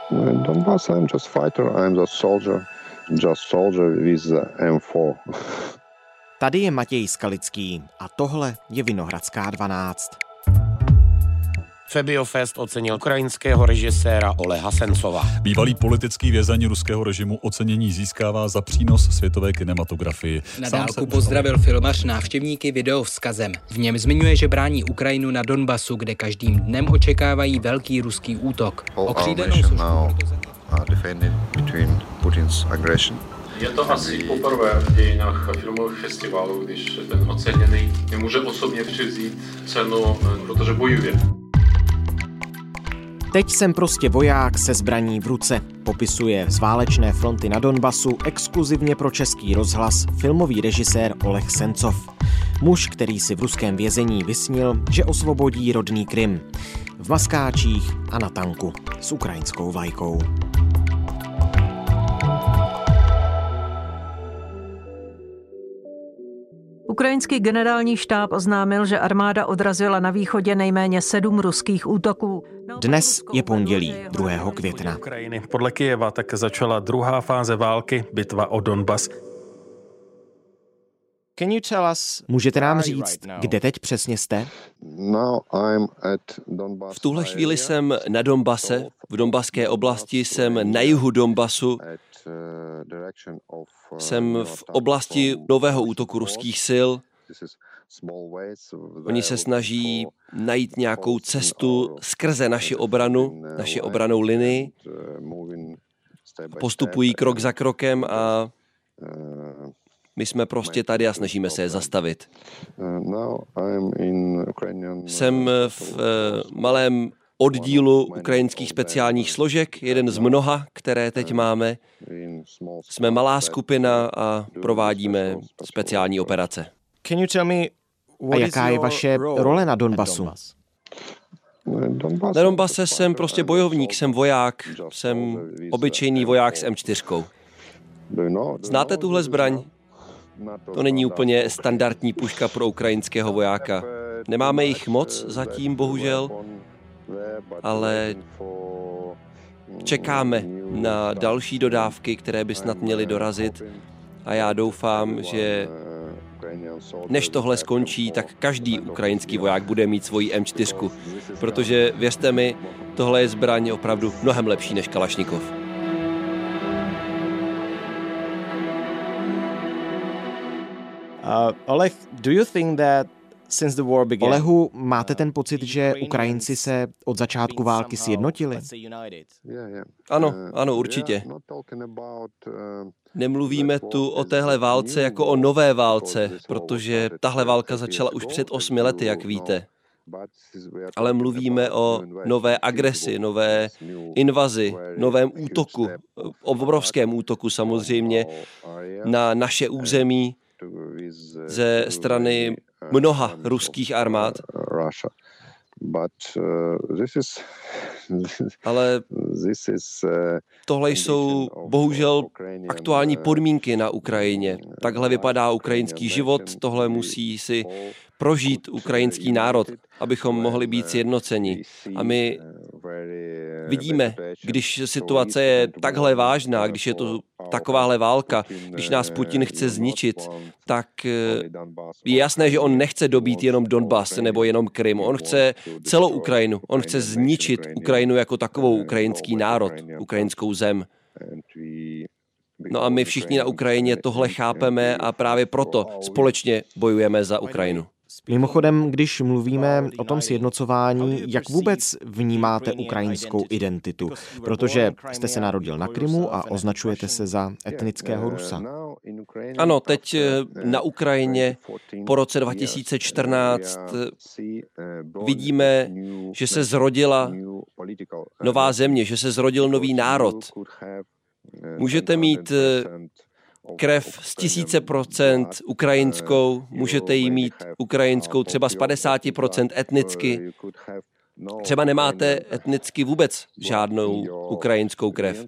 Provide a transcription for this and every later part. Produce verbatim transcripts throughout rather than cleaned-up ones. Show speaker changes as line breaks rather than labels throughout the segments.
Donbass, I'm just fighter, I'm just soldier, just soldier with the M four.
Tady je Matěj Skalický a tohle je Vinohradská dvanáct.
Febiofest ocenil ukrajinského režiséra Oleha Sencova.
Bývalý politický vězeň ruského režimu ocenění získává za přínos světové kinematografii.
Na dálku pozdravil filmař návštěvníky videovzkazem. V něm zmiňuje, že brání Ukrajinu na Donbasu, kde každým dnem očekávají velký ruský útok. Okřídlenou
Je to asi poprvé v dějinách filmových festivalů, když ten oceněný nemůže osobně převzít cenu, protože bojuje.
Teď jsem prostě voják se zbraní v ruce, popisuje z válečné fronty na Donbasu exkluzivně pro Český rozhlas filmový režisér Oleg Sencov. Muž, který si v ruském vězení vysnil, že osvobodí rodný Krym. V maskáčích a na tanku s ukrajinskou vlajkou.
Ukrajinský generální štáb oznámil, že armáda odrazila na východě nejméně sedm ruských útoků.
Dnes je pondělí, druhého května.
Podle Kyjeva tak začala druhá fáze války, bitva o Donbas.
Můžete nám říct, kde teď přesně jste?
V tuhle chvíli jsem na Donbase, v Donbaské oblasti jsem na jihu Donbasu. Jsem v oblasti nového útoku ruských sil. Oni se snaží najít nějakou cestu skrze naši obranu, naši obranou linii. Postupují krok za krokem a my jsme prostě tady a snažíme se je zastavit. Jsem v malém oddílu ukrajinských speciálních složek, jeden z mnoha, které teď máme. Jsme malá skupina a provádíme speciální operace.
A jaká je vaše role na Donbasu?
Na Donbase jsem prostě bojovník, jsem voják, jsem obyčejný voják s em čtyři. Znáte tuhle zbraň? To není úplně standardní puška pro ukrajinského vojáka. Nemáme jich moc zatím, bohužel, ale čekáme na další dodávky, které by snad měly dorazit a já doufám, že než tohle skončí, tak každý ukrajinský voják bude mít svoji em čtyři, protože věřte mi, tohle je zbraň opravdu mnohem lepší než Kalašnikov.
Uh, Oleg, do you think that since the war began, Olehu, máte ten pocit, že Ukrajinci se od začátku války sjednotili?
Ano, ano, určitě. Nemluvíme tu o téhle válce jako o nové válce, protože tahle válka začala už před osmi lety, jak víte. Ale mluvíme o nové agresi, nové invazi, novém útoku, obrovském útoku samozřejmě na naše území ze strany mnoha ruských armád. Ale tohle jsou bohužel aktuální podmínky na Ukrajině. Takhle vypadá ukrajinský život, tohle musí si prožít ukrajinský národ, abychom mohli být sjednoceni. A my vidíme, když situace je takhle vážná, když je to takováhle válka, když nás Putin chce zničit, tak je jasné, že on nechce dobít jenom Donbas nebo jenom Krym. On chce celou Ukrajinu. On chce zničit Ukrajinu jako takovou, ukrajinský národ, ukrajinskou zem. No a my všichni na Ukrajině tohle chápeme a právě proto společně bojujeme za Ukrajinu.
Mimochodem, když mluvíme o tom sjednocování, jak vůbec vnímáte ukrajinskou identitu? Protože jste se narodil na Krymu a označujete se za etnického Rusa.
Ano, teď na Ukrajině po roce dva tisíce čtrnáct vidíme, že se zrodila nová země, že se zrodil nový národ. Můžete mít krev z tisíce procent ukrajinskou, můžete jí mít ukrajinskou třeba z padesáti procent etnicky, Třeba nemáte etnicky vůbec žádnou ukrajinskou krev,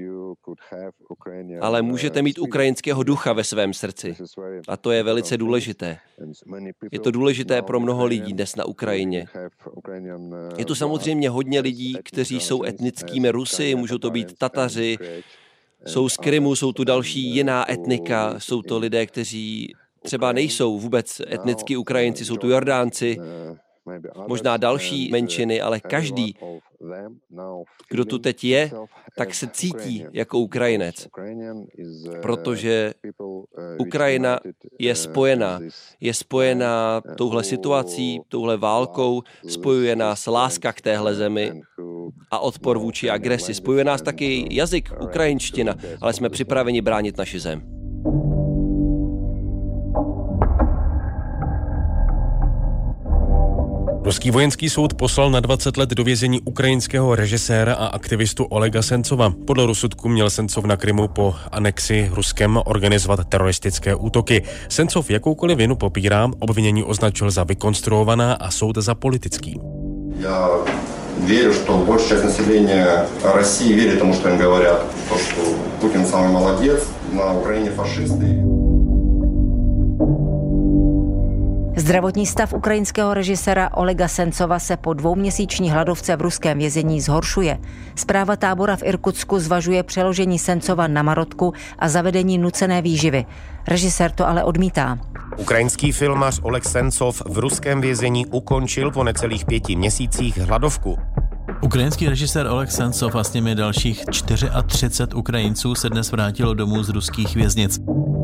ale můžete mít ukrajinského ducha ve svém srdci. A to je velice důležité. Je to důležité pro mnoho lidí dnes na Ukrajině. Je tu samozřejmě hodně lidí, kteří jsou etnickými Rusy, můžou to být Tataři, jsou z Krymu, jsou tu další jiná etnika, jsou to lidé, kteří třeba nejsou vůbec etnicky Ukrajinci, jsou tu Jordánci, možná další menšiny, ale každý, kdo tu teď je, tak se cítí jako Ukrajinec, protože Ukrajina je spojená. Je spojená touhle situací, touhle válkou, spojuje nás láska k téhle zemi a odpor vůči agresi. Spojuje nás taky jazyk, ukrajinština, ale jsme připraveni bránit naši zem.
Ruský vojenský soud poslal na dvacet let do vězení ukrajinského režiséra a aktivistu Olega Sencova. Podle rozsudku měl Sencov na Krymu po anexi Ruskem organizovat teroristické útoky. Sencov jakoukoliv vinu popírá, obvinění označil za vykonstruovaná a soud za politický.
Já věřím, že большая часть населения России věří tomu, co jim говорят, to, že Putin самый молодец, na Ukrajině fašisty.
Zdravotní stav ukrajinského režiséra Olega Sencova se po dvouměsíční hladovce v ruském vězení zhoršuje. Správa tábora v Irkutsku zvažuje přeložení Sencova na marotku a zavedení nucené výživy. Režisér to ale odmítá.
Ukrajinský filmař Oleg Sencov v ruském vězení ukončil po necelých pěti měsících hladovku.
Ukrajinský režisér Oleg Sencov a s nimi dalších třicet čtyři Ukrajinců se dnes vrátilo domů z ruských věznic.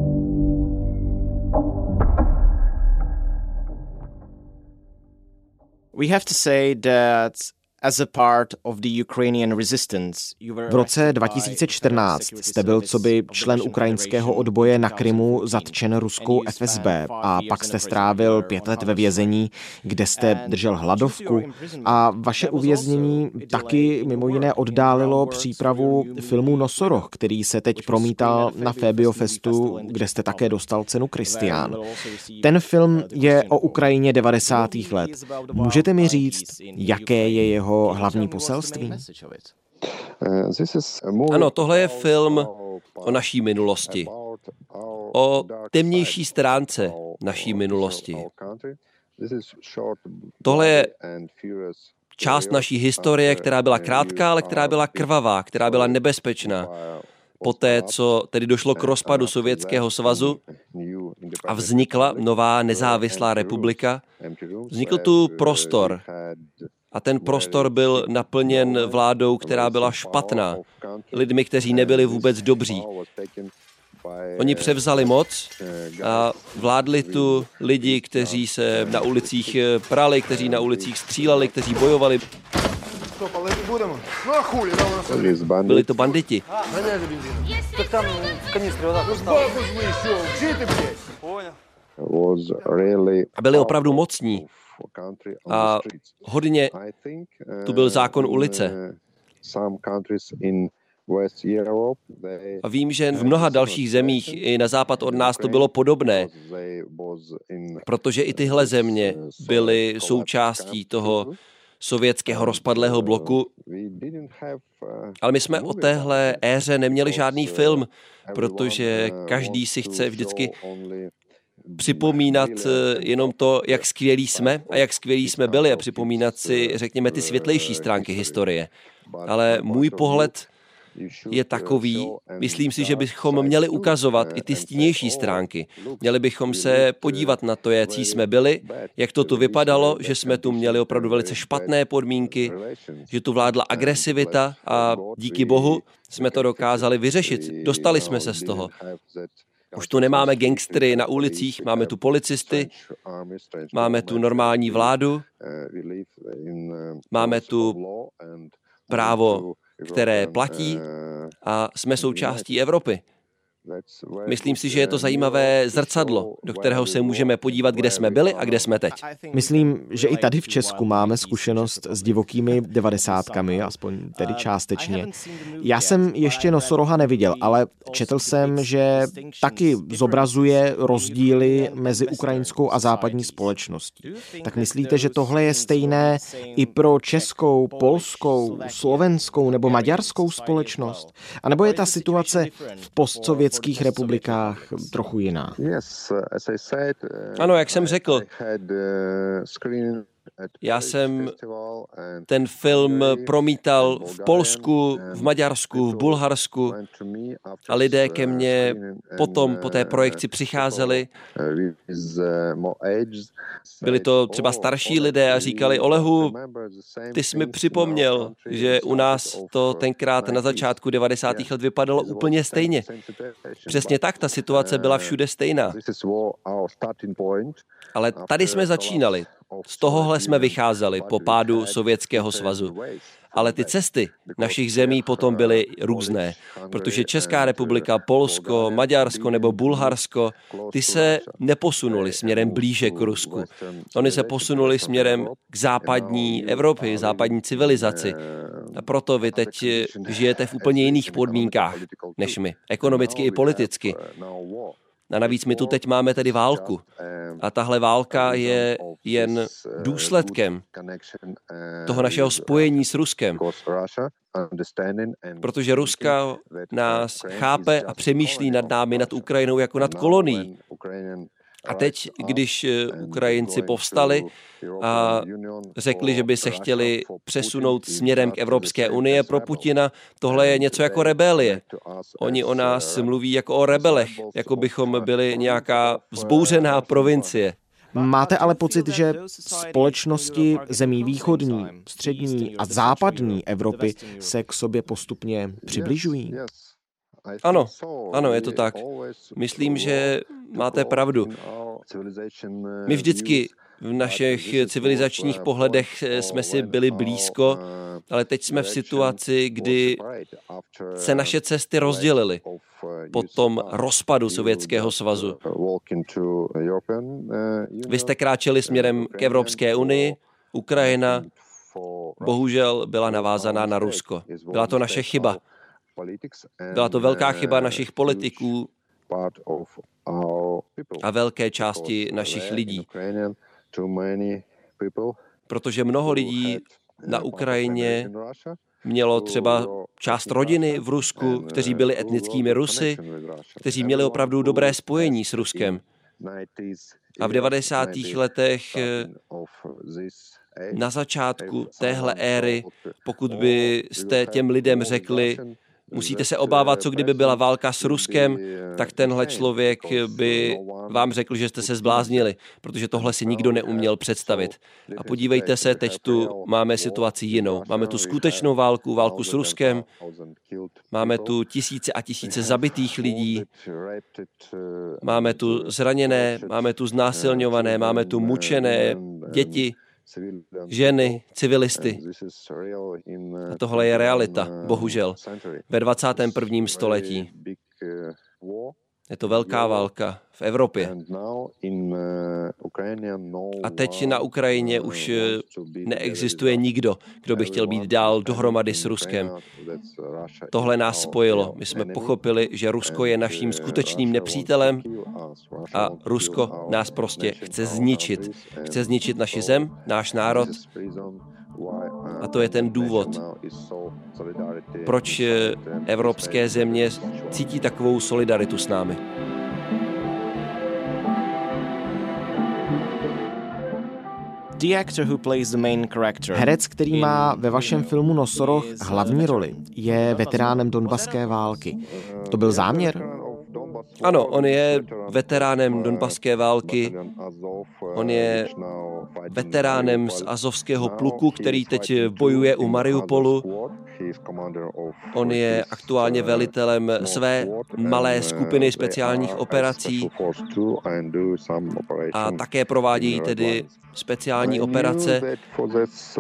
We have to say that as a part of the Ukrainian resistance. V roce dva tisíce čtrnáct jste byl coby člen ukrajinského odboje na Krymu zatčen ruskou F S B a pak jste strávil pět let ve vězení, kde jste držel hladovku a vaše uvěznění taky mimo jiné oddálilo přípravu filmu Nosoroh, který se teď promítal na Febiofestu, kde jste také dostal cenu Kristián. Ten film je o Ukrajině devadesátých let. Můžete mi říct, jaké je jeho hlavní poselství?
Ano, tohle je film o naší minulosti. O temnější stránce naší minulosti. Tohle je část naší historie, která byla krátká, ale která byla krvavá, která byla nebezpečná. Poté, co tedy došlo k rozpadu Sovětského svazu a vznikla nová nezávislá republika, vznikl tu prostor. A ten prostor byl naplněn vládou, která byla špatná, lidmi, kteří nebyli vůbec dobří. Oni převzali moc a vládli tu lidi, kteří se na ulicích prali, kteří na ulicích stříleli, kteří bojovali. Byli to banditi. A byli opravdu mocní. A hodně tu byl zákon ulice. A vím, že v mnoha dalších zemích i na západ od nás to bylo podobné, protože i tyhle země byly součástí toho sovětského rozpadlého bloku. Ale my jsme o téhle éře neměli žádný film, protože každý si chce vždycky připomínat jenom to, jak skvělí jsme a jak skvělí jsme byli a připomínat si, řekněme, ty světlejší stránky historie. Ale můj pohled je takový, myslím si, že bychom měli ukazovat i ty stínější stránky. Měli bychom se podívat na to, jaký jsme byli, jak to tu vypadalo, že jsme tu měli opravdu velice špatné podmínky, že tu vládla agresivita a díky bohu jsme to dokázali vyřešit. Dostali jsme se z toho. Už tu nemáme gangstery na ulicích, máme tu policisty, máme tu normální vládu, máme tu právo, které platí a jsme součástí Evropy. Myslím si, že je to zajímavé zrcadlo, do kterého se můžeme podívat, kde jsme byli a kde jsme teď.
Myslím, že i tady v Česku máme zkušenost s divokými devadesátkami, aspoň tedy částečně. Já jsem ještě Nosoroha neviděl, ale četl jsem, že taky zobrazuje rozdíly mezi ukrajinskou a západní společností. Tak myslíte, že tohle je stejné i pro českou, polskou, slovenskou nebo maďarskou společnost? A nebo je ta situace v postsovětských republikách trochu jiná?
Ano, jak jsem řekl, já jsem ten film promítal v Polsku, v Maďarsku, v Bulharsku a lidé ke mně potom po té projekci přicházeli. Byli to třeba starší lidé a říkali: Olehu, ty jsi mi připomněl, že u nás to tenkrát na začátku devadesátých let vypadalo úplně stejně. Přesně tak, ta situace byla všude stejná. Ale tady jsme začínali. Z tohohle jsme vycházeli po pádu Sovětského svazu. Ale ty cesty našich zemí potom byly různé, protože Česká republika, Polsko, Maďarsko nebo Bulharsko, ty se neposunuli směrem blíže k Rusku. Oni se posunuli směrem k západní Evropě, západní civilizaci. A proto vy teď žijete v úplně jiných podmínkách než my, ekonomicky i politicky. A navíc my tu teď máme tedy válku. A tahle válka je jen důsledkem toho našeho spojení s Ruskem. Protože Ruska nás chápe a přemýšlí nad námi, nad Ukrajinou jako nad kolonií. A teď, když Ukrajinci povstali a řekli, že by se chtěli přesunout směrem k Evropské unii pro Putina, tohle je něco jako rebelie. Oni o nás mluví jako o rebelech, jako bychom byli nějaká vzbouřená provincie.
Máte ale pocit, že společnosti zemí východní, střední a západní Evropy se k sobě postupně přibližují?
Ano, ano, je to tak. Myslím, že máte pravdu. My vždycky v našich civilizačních pohledech jsme si byli blízko, ale teď jsme v situaci, kdy se naše cesty rozdělily po tom rozpadu Sovětského svazu. Vy jste kráčeli směrem k Evropské unii, Ukrajina bohužel byla navázaná na Rusko. Byla to naše chyba. Byla to velká chyba našich politiků a velké části našich lidí. Protože mnoho lidí na Ukrajině mělo třeba část rodiny v Rusku, kteří byli etnickými Rusy, kteří měli opravdu dobré spojení s Ruskem. A v devadesátých letech na začátku téhle éry, pokud byste těm lidem řekli, musíte se obávat, co kdyby byla válka s Ruskem, tak tenhle člověk by vám řekl, že jste se zbláznili, protože tohle si nikdo neuměl představit. A podívejte se, teď tu máme situaci jinou. Máme tu skutečnou válku, válku s Ruskem, máme tu tisíce a tisíce zabitých lidí, máme tu zraněné, máme tu znásilňované, máme tu mučené děti, ženy, civilisty. A tohle je realita, bohužel, ve dvacátém prvním století. Je to velká válka v Evropě. A teď na Ukrajině už neexistuje nikdo, kdo by chtěl být dál dohromady s Ruskem. Tohle nás spojilo. My jsme pochopili, že Rusko je naším skutečným nepřítelem a Rusko nás prostě chce zničit. Chce zničit naši zem, náš národ. A to je ten důvod, proč evropské země cítí takovou solidaritu s námi.
Herec, který má ve vašem filmu Nosoroh hlavní roli, je veteránem Donbaské války. To byl záměr?
Ano, on je veteránem Donbaské války, on je veteránem z azovského pluku, který teď bojuje u Mariupolu. On je aktuálně velitelem své malé skupiny speciálních operací a také provádějí tedy speciální operace.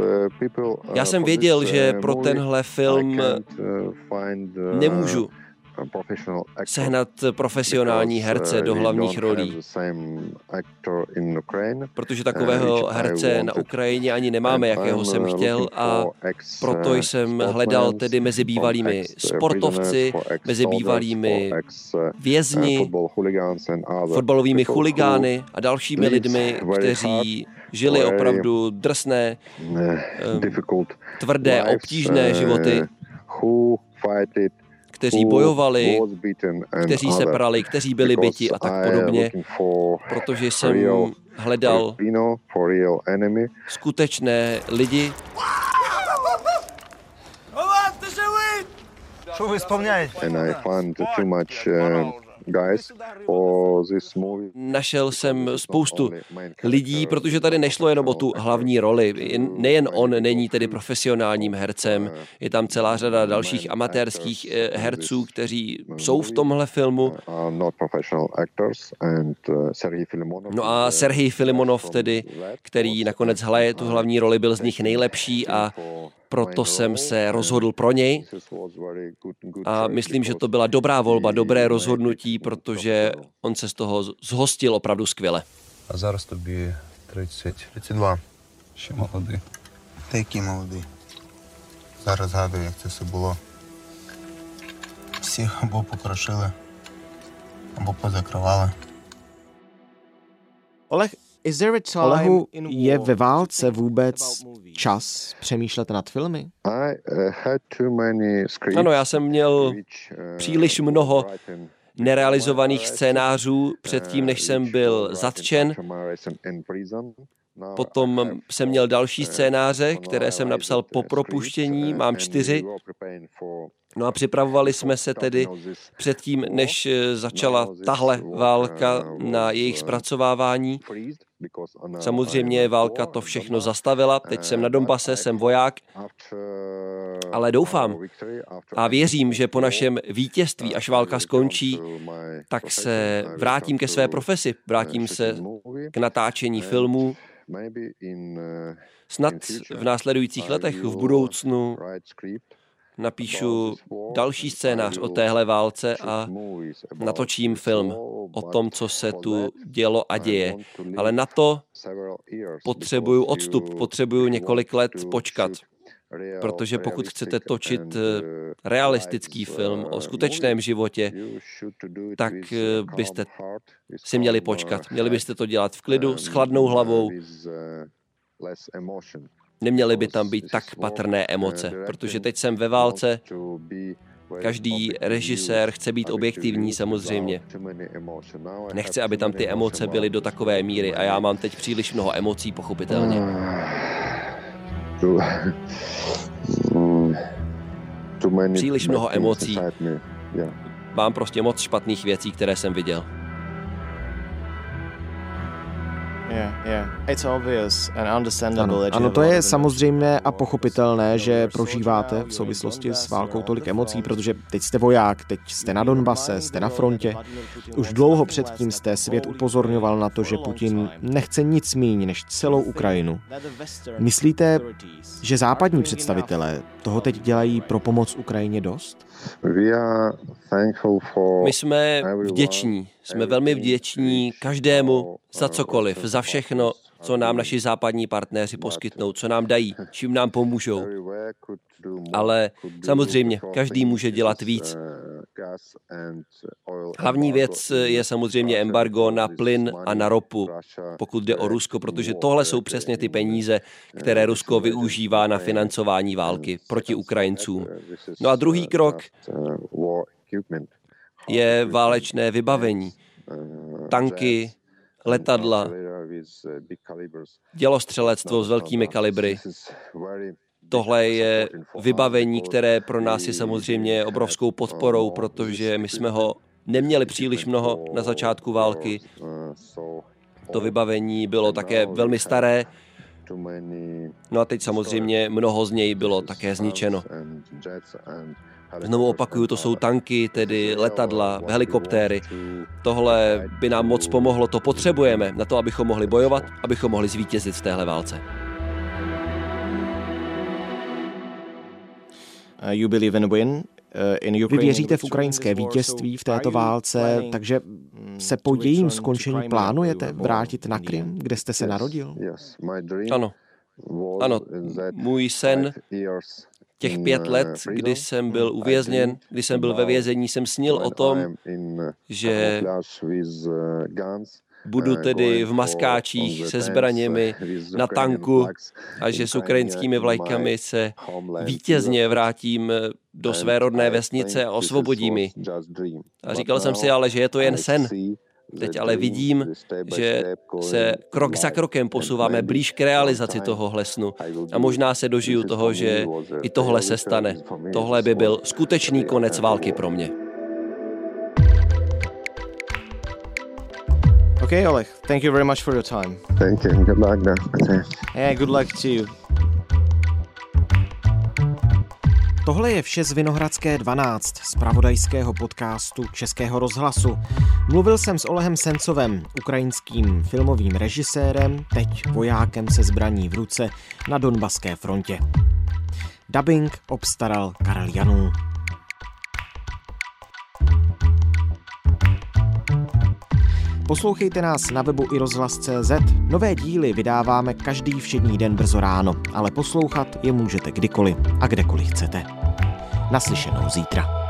Já jsem věděl, že pro tenhle film nemůžu sehnat profesionální herce do hlavních rolí. Protože takového herce na Ukrajině ani nemáme, jakého jsem chtěl, a proto jsem hledal tedy mezi bývalými sportovci, mezi bývalými vězni, fotbalovými chuligány a dalšími lidmi, kteří žili opravdu drsné, tvrdé, obtížné životy, kteří bojovali, kteří se prali, kteří byli byti a tak podobně, protože jsem hledal skutečné lidi.
Co vy vzpomínáte?
Našel jsem spoustu lidí, protože tady nešlo jenom o tu hlavní roli. Nejen on není tedy profesionálním hercem, je tam celá řada dalších amatérských herců, kteří jsou v tomhle filmu. No a Serhij Filimonov tedy, který nakonec hraje tu hlavní roli, byl z nich nejlepší a proto jsem se rozhodl pro něj a myslím, že to byla dobrá volba, dobré rozhodnutí, protože on se z toho zhostil opravdu skvěle.
A зараз тобі тридцять, тридцять два. Ще молодий. Та який молодий. Зараз згадую, як це все було. Всіх або покрошили, або позакривали.
Олег, Olehu, je ve válce vůbec čas přemýšlet nad filmy?
Ano, já jsem měl příliš mnoho nerealizovaných scénářů předtím, než jsem byl zatčen. Potom jsem měl další scénáře, které jsem napsal po propuštění, mám čtyři. No a připravovali jsme se tedy předtím, než začala tahle válka, na jejich zpracovávání. Samozřejmě válka to všechno zastavila, teď jsem na Donbase, jsem voják, ale doufám a věřím, že po našem vítězství, až válka skončí, tak se vrátím ke své profesi, vrátím se k natáčení filmů. Snad v následujících letech, v budoucnu, napíšu další scénář o téhle válce a natočím film o tom, co se tu dělo a děje. Ale na to potřebuju odstup, potřebuju několik let počkat. Protože pokud chcete točit realistický film o skutečném životě, tak byste si měli počkat. Měli byste to dělat v klidu, s chladnou hlavou. Neměly by tam být tak patrné emoce, protože teď jsem ve válce, každý režisér chce být objektivní samozřejmě. Nechce, aby tam ty emoce byly do takové míry a já mám teď příliš mnoho emocí, pochopitelně. Příliš mnoho emocí. Mám prostě moc špatných věcí, které jsem viděl.
Ano, ano, to je samozřejmé a pochopitelné, že prožíváte v souvislosti s válkou tolik emocí, protože teď jste voják, teď jste na Donbase, jste na frontě. Už dlouho předtím jste svět upozorňoval na to, že Putin nechce nic míň než celou Ukrajinu. Myslíte, že západní představitelé toho teď dělají pro pomoc Ukrajině dost?
My jsme vděční, jsme velmi vděční každému za cokoliv, za všechno, co nám naši západní partneři poskytnou, co nám dají, čím nám pomůžou. Ale samozřejmě, každý může dělat víc. Hlavní věc je samozřejmě embargo na plyn a na ropu, pokud jde o Rusko, protože tohle jsou přesně ty peníze, které Rusko využívá na financování války proti Ukrajincům. No a druhý krok je válečné vybavení. Tanky, letadla, dělostřelectvo s velkými kalibry. Tohle je vybavení, které pro nás je samozřejmě obrovskou podporou, protože my jsme ho neměli příliš mnoho na začátku války. To vybavení bylo také velmi staré. No a teď samozřejmě mnoho z něj bylo také zničeno. Znovu opakuju, to jsou tanky, tedy letadla, helikoptéry. Tohle by nám moc pomohlo, to potřebujeme na to, abychom mohli bojovat, abychom mohli zvítězit v téhle válce.
You believe in win. Vy věříte v ukrajinské vítězství v této válce, takže se po jejím skončení plánujete vrátit na Krym, kde jste se narodil?
Ano. Ano, můj sen těch pět let, kdy jsem byl uvězněn, kdy jsem byl ve vězení, jsem snil o tom, že budu tedy v maskáčích se zbraněmi na tanku a že s ukrajinskými vlajkami se vítězně vrátím do své rodné vesnice a osvobodím ji. A říkal jsem si ale, že je to jen sen. Teď ale vidím, že se krok za krokem posouváme blíž k realizaci tohohle snu. A možná se dožiju toho, že i tohle se stane. Tohle by byl skutečný konec války pro mě.
Okay, Oleg, thank you very much for your time.
Thank you. Good luck then. Okay.
Yeah, good luck to you. Tohle je vše z Vinohradské dvanáct, z zpravodajského podcastu Českého rozhlasu. Mluvil jsem s Olehem Sencovem, ukrajinským filmovým režisérem, teď vojákem se zbraní v ruce na Donbaské frontě. Dabing obstaral Karel Janů. Poslouchejte nás na webu i rozhlas tečka cé zet. Nové díly vydáváme každý všední den brzo ráno, ale poslouchat je můžete kdykoliv a kdekoliv chcete. Naslyšenou zítra.